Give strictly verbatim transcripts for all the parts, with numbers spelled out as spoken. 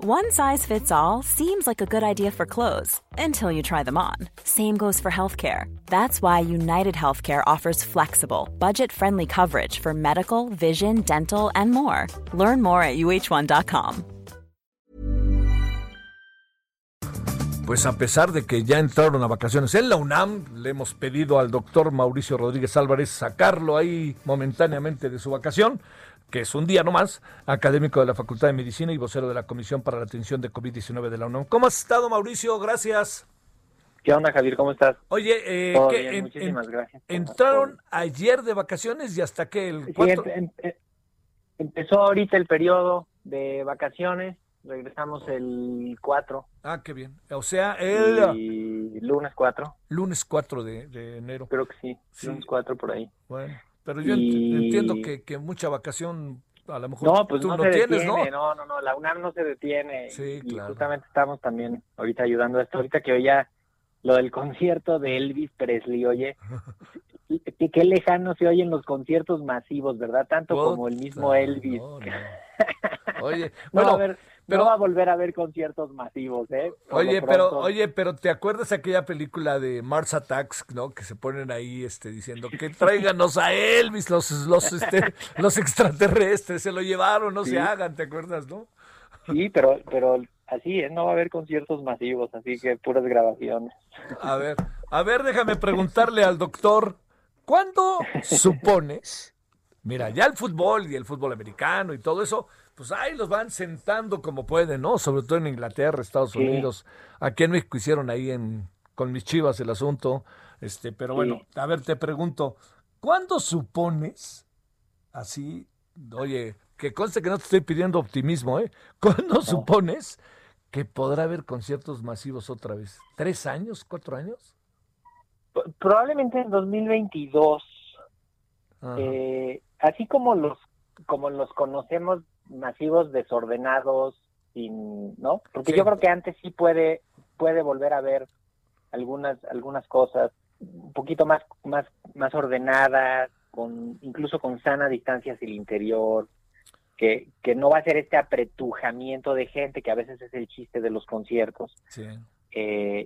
One size fits all seems like a good idea for clothes until you try them on. Same goes for healthcare. That's why United Healthcare offers flexible, budget-friendly coverage for medical, vision, dental, and more. Learn more at U H one dot com. Pues a pesar de que ya entraron a vacaciones en la UNAM, le hemos pedido al doctor Mauricio Rodríguez Álvarez sacarlo ahí momentáneamente de su vacación, que es un día nomás, académico de la Facultad de Medicina y vocero de la Comisión para la Atención de COVID diecinueve de la UNAM. ¿Cómo has estado, Mauricio? Gracias. ¿Qué onda, Javier? ¿Cómo estás? Oye, eh, Todo ¿qué, bien, en, muchísimas en, gracias. ¿entraron ayer de vacaciones y hasta qué? ¿El Sí, cuatro? em- em- empezó ahorita el periodo de vacaciones, regresamos el cuatro. Ah, qué bien. O sea, el Y lunes cuatro, lunes cuatro de, de enero. creo que sí, Sí. lunes cuatro por ahí. Bueno, pero yo Y- ent- entiendo que, que mucha vacación, a lo mejor No, pues tú no no se tienes, detiene, ¿no? no, no, no, la UNAM no se detiene. Sí, y claro. justamente estamos también ahorita ayudando a esto, ahorita que oía lo del concierto de Elvis Presley, oye, qué, qué lejano se oyen los conciertos masivos, ¿verdad? Tanto como el mismo Puta, Elvis. no, no. Oye, No, bueno, a ver, pero- no va a volver a haber conciertos masivos, ¿eh? Por Oye, lo pero, pronto. oye, pero ¿te acuerdas aquella película de Mars Attacks, ¿no? Que se ponen ahí, este, diciendo que tráiganos a Elvis, los, los, este, los extraterrestres, se lo llevaron, no Sí. se hagan, ¿te acuerdas, no? Sí, pero, pero así es, no va a haber conciertos masivos, así que puras grabaciones. A ver, a ver, déjame preguntarle al doctor, ¿cuándo supones? Mira, ya el fútbol y el fútbol americano y todo eso, pues ahí los van sentando como pueden, ¿no? Sobre todo en Inglaterra, Estados Sí. Unidos. Aquí en México hicieron ahí en, con mis Chivas el asunto. Este, pero Sí. bueno, a ver, te pregunto, ¿cuándo supones, así, oye, que conste que no te estoy pidiendo optimismo, ¿eh? ¿Cuándo supones que podrá haber conciertos masivos otra vez? ¿Tres años? ¿Cuatro años? P- Probablemente en dos mil veintidós, Ajá. eh, así como los como los conocemos, masivos, desordenados, sin, ¿no? Porque Sí. yo creo que antes sí puede puede volver a haber algunas algunas cosas un poquito más más más ordenadas, con incluso con sana distancia hacia el interior, que que no va a ser este apretujamiento de gente que a veces es el chiste de los conciertos. Sí. Eh,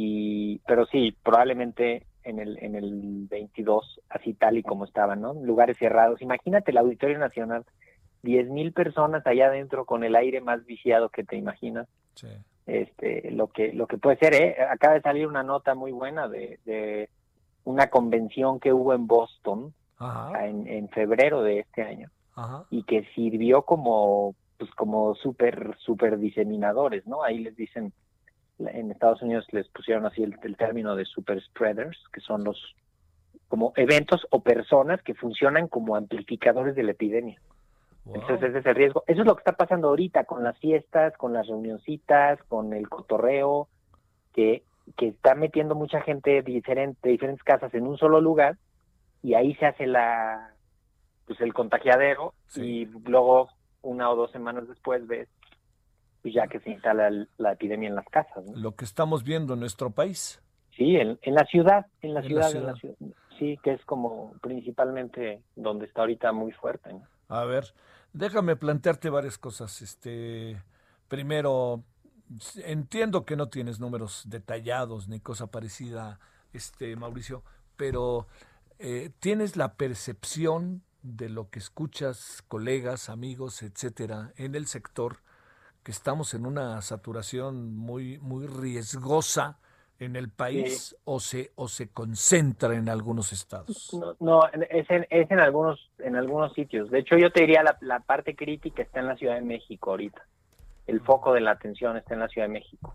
y pero sí, probablemente en el en el veintidós, así tal y como estaban, ¿no? Lugares cerrados. Imagínate el Auditorio Nacional, diez mil personas allá adentro con el aire más viciado que te imaginas. Sí. Este, lo que lo que puede ser, ¿eh? Acaba de salir una nota muy buena de, de una convención que hubo en Boston Ajá. en, en febrero de este año Ajá. y que sirvió como pues como súper súper diseminadores, ¿no? Ahí les dicen, en Estados Unidos les pusieron así el, el término de super spreaders, que son los como eventos o personas que funcionan como amplificadores de la epidemia. Wow. Entonces ese es el riesgo. Eso es lo que está pasando ahorita con las fiestas, con las reunioncitas, con el cotorreo, que, que está metiendo mucha gente diferente, de diferentes casas en un solo lugar, y ahí se hace la pues el contagiadero. Sí. Y luego una o dos semanas después ves pues ya que se instala el- la epidemia en las casas, ¿no? Lo que estamos viendo en nuestro país. Sí, en, en la ciudad, en la En la ciudad, en ciudad. la ciudad. Sí, que es como principalmente donde está ahorita muy fuerte, ¿no? A ver, déjame plantearte varias cosas. Este, primero, entiendo que no tienes números detallados ni cosa parecida, este, Mauricio, pero eh, ¿tienes la percepción de lo que escuchas, colegas, amigos, etcétera, en el sector, que estamos en una saturación muy, muy riesgosa en el país, Sí. o se, o se concentra en algunos estados? No, no, es en, es en algunos en algunos sitios. De hecho, yo te diría la, la parte crítica está en la Ciudad de México ahorita. El foco de la atención está en la Ciudad de México.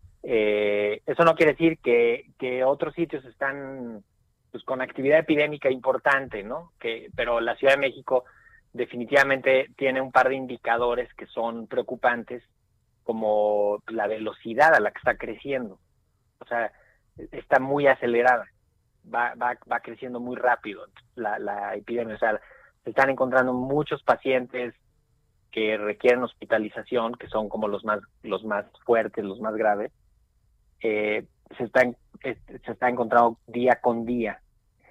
Eh, eso no quiere decir que, que otros sitios están pues con actividad epidémica importante, ¿no? Que, pero la Ciudad de México definitivamente tiene un par de indicadores que son preocupantes, como la velocidad a la que está creciendo. O sea, está muy acelerada, va, va, va creciendo muy rápido la, la epidemia. O sea, se están encontrando muchos pacientes que requieren hospitalización, que son como los más, los más fuertes, los más graves. Eh, se están, se está encontrando día con día.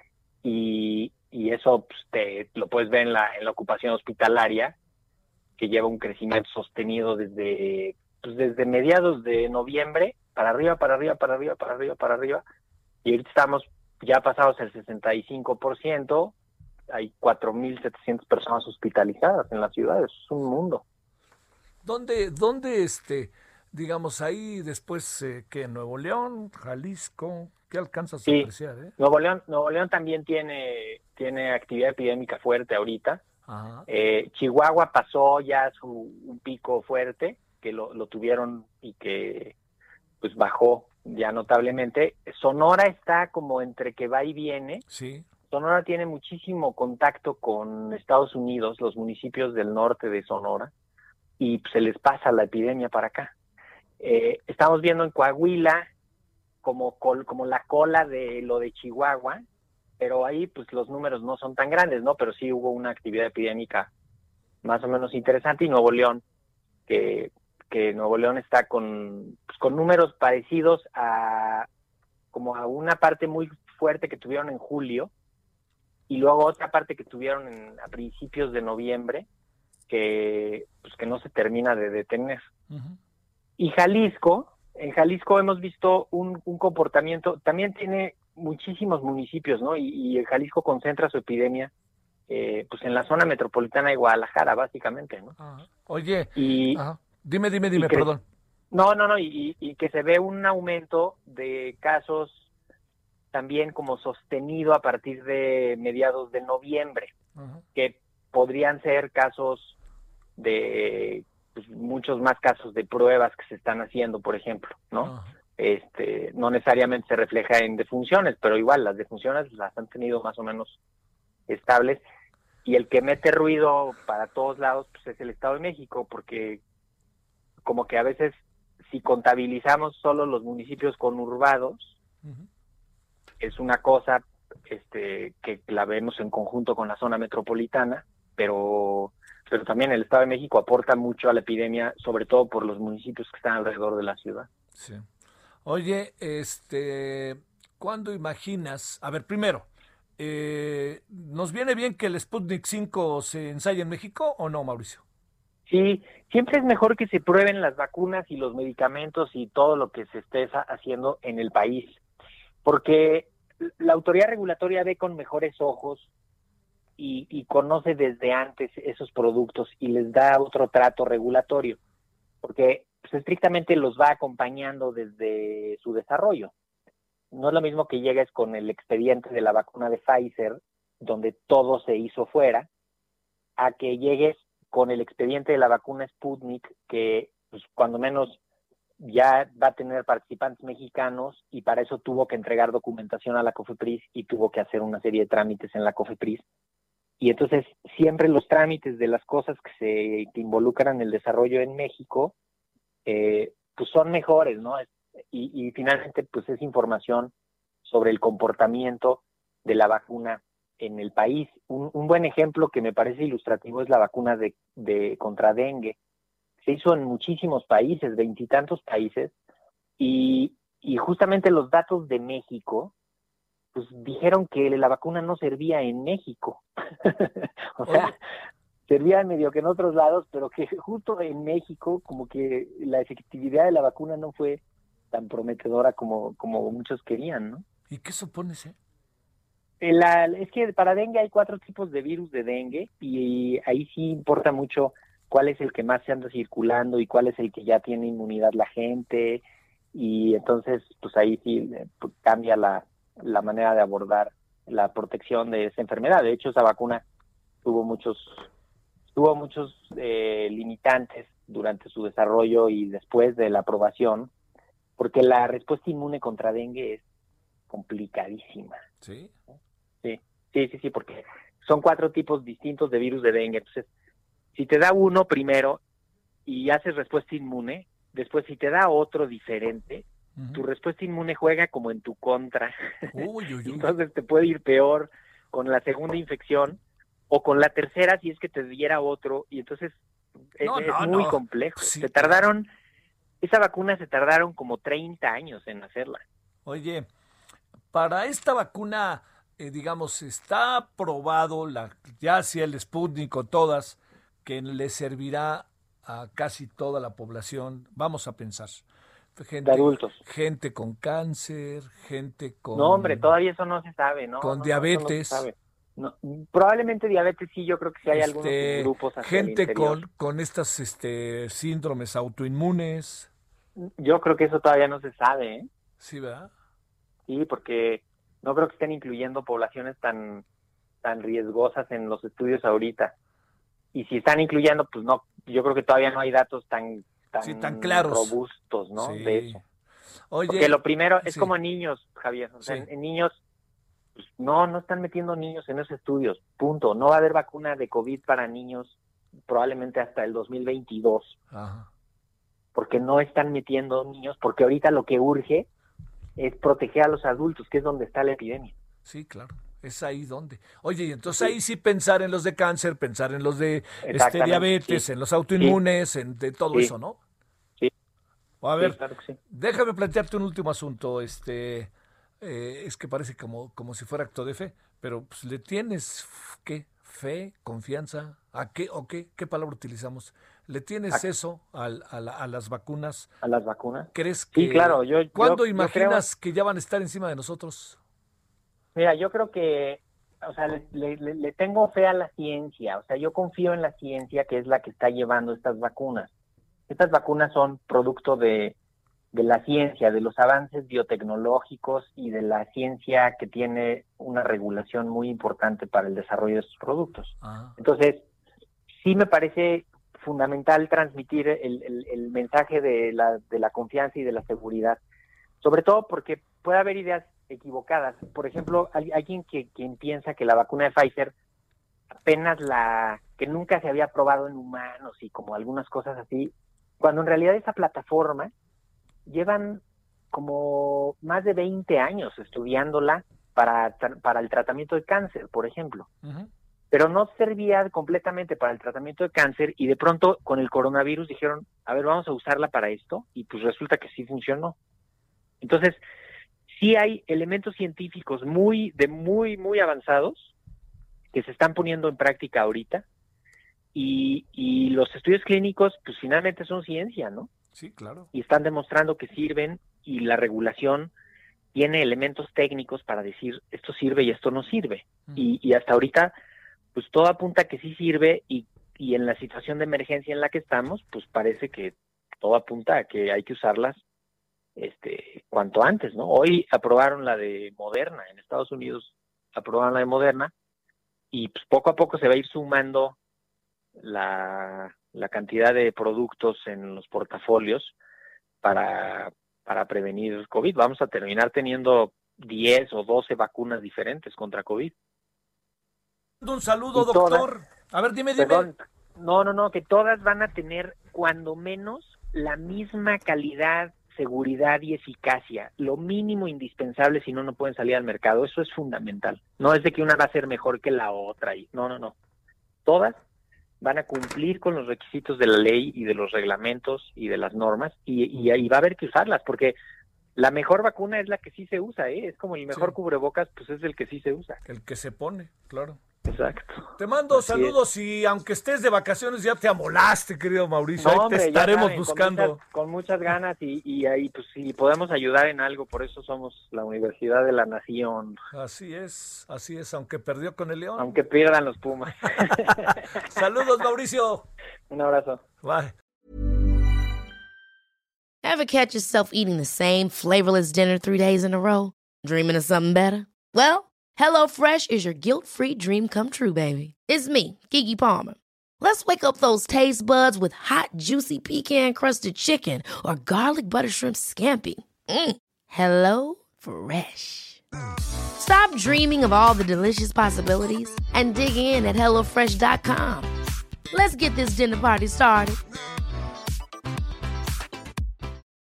Y, y eso pues, te, lo puedes ver en la, en la ocupación hospitalaria, que lleva un crecimiento sostenido desde pues desde mediados de noviembre, para arriba, para arriba, para arriba, para arriba, para arriba, y ahorita estamos ya pasados el sesenta y cinco por ciento, hay cuatro mil setecientas personas hospitalizadas en la ciudad, es un mundo. ¿Dónde, dónde este, digamos, ahí después, eh, qué, Nuevo León, Jalisco, qué alcanzas a Sí, apreciar, eh? Nuevo León, Nuevo León también tiene, tiene actividad epidémica fuerte ahorita. Ajá. Eh, Chihuahua pasó ya su un pico fuerte, que lo, lo tuvieron y que pues bajó ya notablemente. Sonora está como entre que va y viene. Sí. Sonora tiene muchísimo contacto con Estados Unidos, los municipios del norte de Sonora, y pues, se les pasa la epidemia para acá. Eh, estamos viendo en Coahuila como, col, como la cola de lo de Chihuahua, pero ahí pues los números no son tan grandes, ¿no? Pero sí hubo una actividad epidémica más o menos interesante, y Nuevo León, que, que Nuevo León está con, pues, con números parecidos a como a una parte muy fuerte que tuvieron en julio, y luego otra parte que tuvieron en, a principios de noviembre, que pues que no se termina de detener. Uh-huh. Y Jalisco, en Jalisco hemos visto un, un comportamiento, también tiene muchísimos municipios, ¿no? Y, y Jalisco concentra su epidemia eh, pues en la zona metropolitana de Guadalajara, básicamente, ¿no? Ajá. Oye, y, ajá. dime, dime, dime, que, perdón. No, no, no, y, y que se ve un aumento de casos también como sostenido a partir de mediados de noviembre, ajá. que podrían ser casos de pues, muchos más casos de pruebas que se están haciendo, por ejemplo, ¿no? Ajá. Este, no necesariamente se refleja en defunciones, pero igual las defunciones las han tenido más o menos estables, y el que mete ruido para todos lados pues es el Estado de México, porque como que a veces si contabilizamos solo los municipios conurbados, uh-huh. es una cosa este, que la vemos en conjunto con la zona metropolitana, pero pero también el Estado de México aporta mucho a la epidemia, sobre todo por los municipios que están alrededor de la ciudad. Sí. Oye, este, ¿cuándo imaginas? A ver, primero, eh, ¿nos viene bien que el Sputnik cinco se ensaye en México o no, Mauricio? Sí, siempre es mejor que se prueben las vacunas y los medicamentos y todo lo que se esté haciendo en el país, porque la autoridad regulatoria ve con mejores ojos y, y conoce desde antes esos productos y les da otro trato regulatorio, porque pues, estrictamente los va acompañando desde su desarrollo. No es lo mismo que llegues con el expediente de la vacuna de Pfizer, donde todo se hizo fuera, a que llegues con el expediente de la vacuna Sputnik, que pues, cuando menos ya va a tener participantes mexicanos, y para eso tuvo que entregar documentación a la COFEPRIS y tuvo que hacer una serie de trámites en la COFEPRIS. Y entonces siempre los trámites de las cosas que se que involucran el desarrollo en México, eh, pues son mejores, ¿no? Y, y finalmente pues es información sobre el comportamiento de la vacuna en el país. Un, un buen ejemplo que me parece ilustrativo es la vacuna de, de contra dengue. Se hizo en muchísimos países, veintitantos países, y, y justamente los datos de México pues dijeron que la vacuna no servía en México. O sea, Oye. servía medio que en otros lados, pero que justo en México como que la efectividad de la vacuna no fue tan prometedora como, como muchos querían, ¿no? ¿Y qué supones, eh? La, es que para dengue hay cuatro tipos de virus de dengue, y ahí sí importa mucho cuál es el que más se anda circulando y cuál es el que ya tiene inmunidad la gente, y entonces pues ahí sí pues, cambia la, la manera de abordar la protección de esa enfermedad. De hecho, esa vacuna tuvo muchos tuvo muchos eh, limitantes durante su desarrollo y después de la aprobación, porque la respuesta inmune contra dengue es complicadísima. ¿Sí? Sí, sí, sí, sí, porque son cuatro tipos distintos de virus de dengue. Entonces, si te da uno primero y haces respuesta inmune, después si te da otro diferente, uh-huh. tu respuesta inmune juega como en tu contra. Uy, uy, uy. Entonces te puede ir peor con la segunda infección o con la tercera si es que te diera otro, y entonces no, es, no, es muy no. complejo. Sí, se tardaron, esa vacuna se tardaron como treinta años en hacerla. Oye, para esta vacuna, eh, digamos, está probado, la, ya sea el Sputnik o todas, que le servirá a casi toda la población, vamos a pensar, gente, de adultos. Gente con cáncer, gente con... No, hombre, todavía eso no se sabe, ¿no? Con no, diabetes. No, no se sabe. No, probablemente diabetes sí, yo creo que sí hay este, algunos grupos hacia gente el interior. con, con estas este, síndromes autoinmunes. Yo creo que eso todavía no se sabe, ¿eh? Sí, ¿verdad? Sí, porque no creo que estén incluyendo poblaciones tan, tan riesgosas en los estudios ahorita. Y si están incluyendo, pues no, yo creo que todavía no hay datos tan, tan, sí, tan claros, robustos, ¿no? Sí. De eso. Oye, porque lo primero es sí. como niños, Javier. O sea, Sí. en, en niños, pues no, no están metiendo niños en esos estudios, punto. No va a haber vacuna de COVID para niños probablemente hasta el dos mil veintidós. Ajá. Porque no están metiendo niños, porque ahorita lo que urge es proteger a los adultos, que es donde está la epidemia. Sí, claro. Es ahí donde. Oye, y entonces sí. ahí sí pensar en los de cáncer, pensar en los de este, diabetes, sí. en los autoinmunes, sí. en de todo sí. eso, ¿no? Sí. A ver, sí, claro que sí. Déjame plantearte un último asunto. Este, eh, es que parece como, como si fuera acto de fe, pero pues, ¿le tienes qué? ¿Fe? ¿Confianza? ¿A qué o qué? ¿Qué palabra utilizamos? ¿Le tienes ¿A? eso a, a, la, a las vacunas? ¿A las vacunas? ¿Crees que? Sí, claro. Yo, ¿Cuándo yo, imaginas yo creo... que ya van a estar encima de nosotros? Mira, yo creo que, o sea, le, le, le tengo fe a la ciencia. O sea, yo confío en la ciencia, que es la que está llevando estas vacunas. Estas vacunas son producto de, de la ciencia, de los avances biotecnológicos y de la ciencia que tiene una regulación muy importante para el desarrollo de estos productos. Ah. Entonces, sí me parece fundamental transmitir el, el, el mensaje de la, de la confianza y de la seguridad, sobre todo porque puede haber ideas equivocadas. Por ejemplo, hay alguien que quien piensa que la vacuna de Pfizer apenas la que nunca se había probado en humanos y como algunas cosas así, cuando en realidad esa plataforma llevan como más de veinte años estudiándola para, para el tratamiento de cáncer, por ejemplo. Uh-huh. Pero no servía completamente para el tratamiento de cáncer y de pronto con el coronavirus dijeron, a ver, vamos a usarla para esto, y pues resulta que sí funcionó. Entonces, sí hay elementos científicos muy, de muy, muy avanzados que se están poniendo en práctica ahorita, y, y los estudios clínicos, pues finalmente son ciencia, ¿no? Sí, claro. Y están demostrando que sirven, y la regulación tiene elementos técnicos para decir esto sirve y esto no sirve. Uh-huh. Y, y hasta ahorita, pues todo apunta a que sí sirve, y, y en la situación de emergencia en la que estamos, pues parece que todo apunta a que hay que usarlas este cuanto antes, ¿no? Hoy aprobaron la de Moderna, en Estados Unidos aprobaron la de Moderna, y pues poco a poco se va a ir sumando la, la cantidad de productos en los portafolios para, para prevenir COVID. Vamos a terminar teniendo diez o doce vacunas diferentes contra COVID. Un saludo, doctor. Todas, a ver, dime, dime. Perdón, no, no, no, que todas van a tener cuando menos la misma calidad, seguridad y eficacia, lo mínimo indispensable, si no, no pueden salir al mercado. Eso es fundamental. No es de que una va a ser mejor que la otra. Y no, no, no. Todas van a cumplir con los requisitos de la ley y de los reglamentos y de las normas, y, y, y va a haber que usarlas, porque la mejor vacuna es la que sí se usa, ¿eh? Es como el mejor sí. cubrebocas, pues es el que sí se usa. El que se pone, claro. Exacto. Te mando Así saludos es. Y aunque estés de vacaciones ya te amolaste, querido Mauricio. No, Ahí te hombre, estaremos saben, buscando. Con muchas, con muchas ganas y, y ahí pues si podemos ayudar en algo, por eso somos la Universidad de la Nación. Así es, así es, aunque perdió con el León. Aunque pierdan los Pumas. Saludos, Mauricio. Un abrazo. Bye. Ever catch yourself eating the same flavorless dinner three days in a row? Dreaming of something better? Well, HelloFresh is your guilt-free dream come true, baby. It's me, Keke Palmer. Let's wake up those taste buds with hot, juicy pecan-crusted chicken or garlic butter shrimp scampi. Mm. Hello Fresh. Stop dreaming of all the delicious possibilities and dig in at hello fresh dot com. Let's get this dinner party started.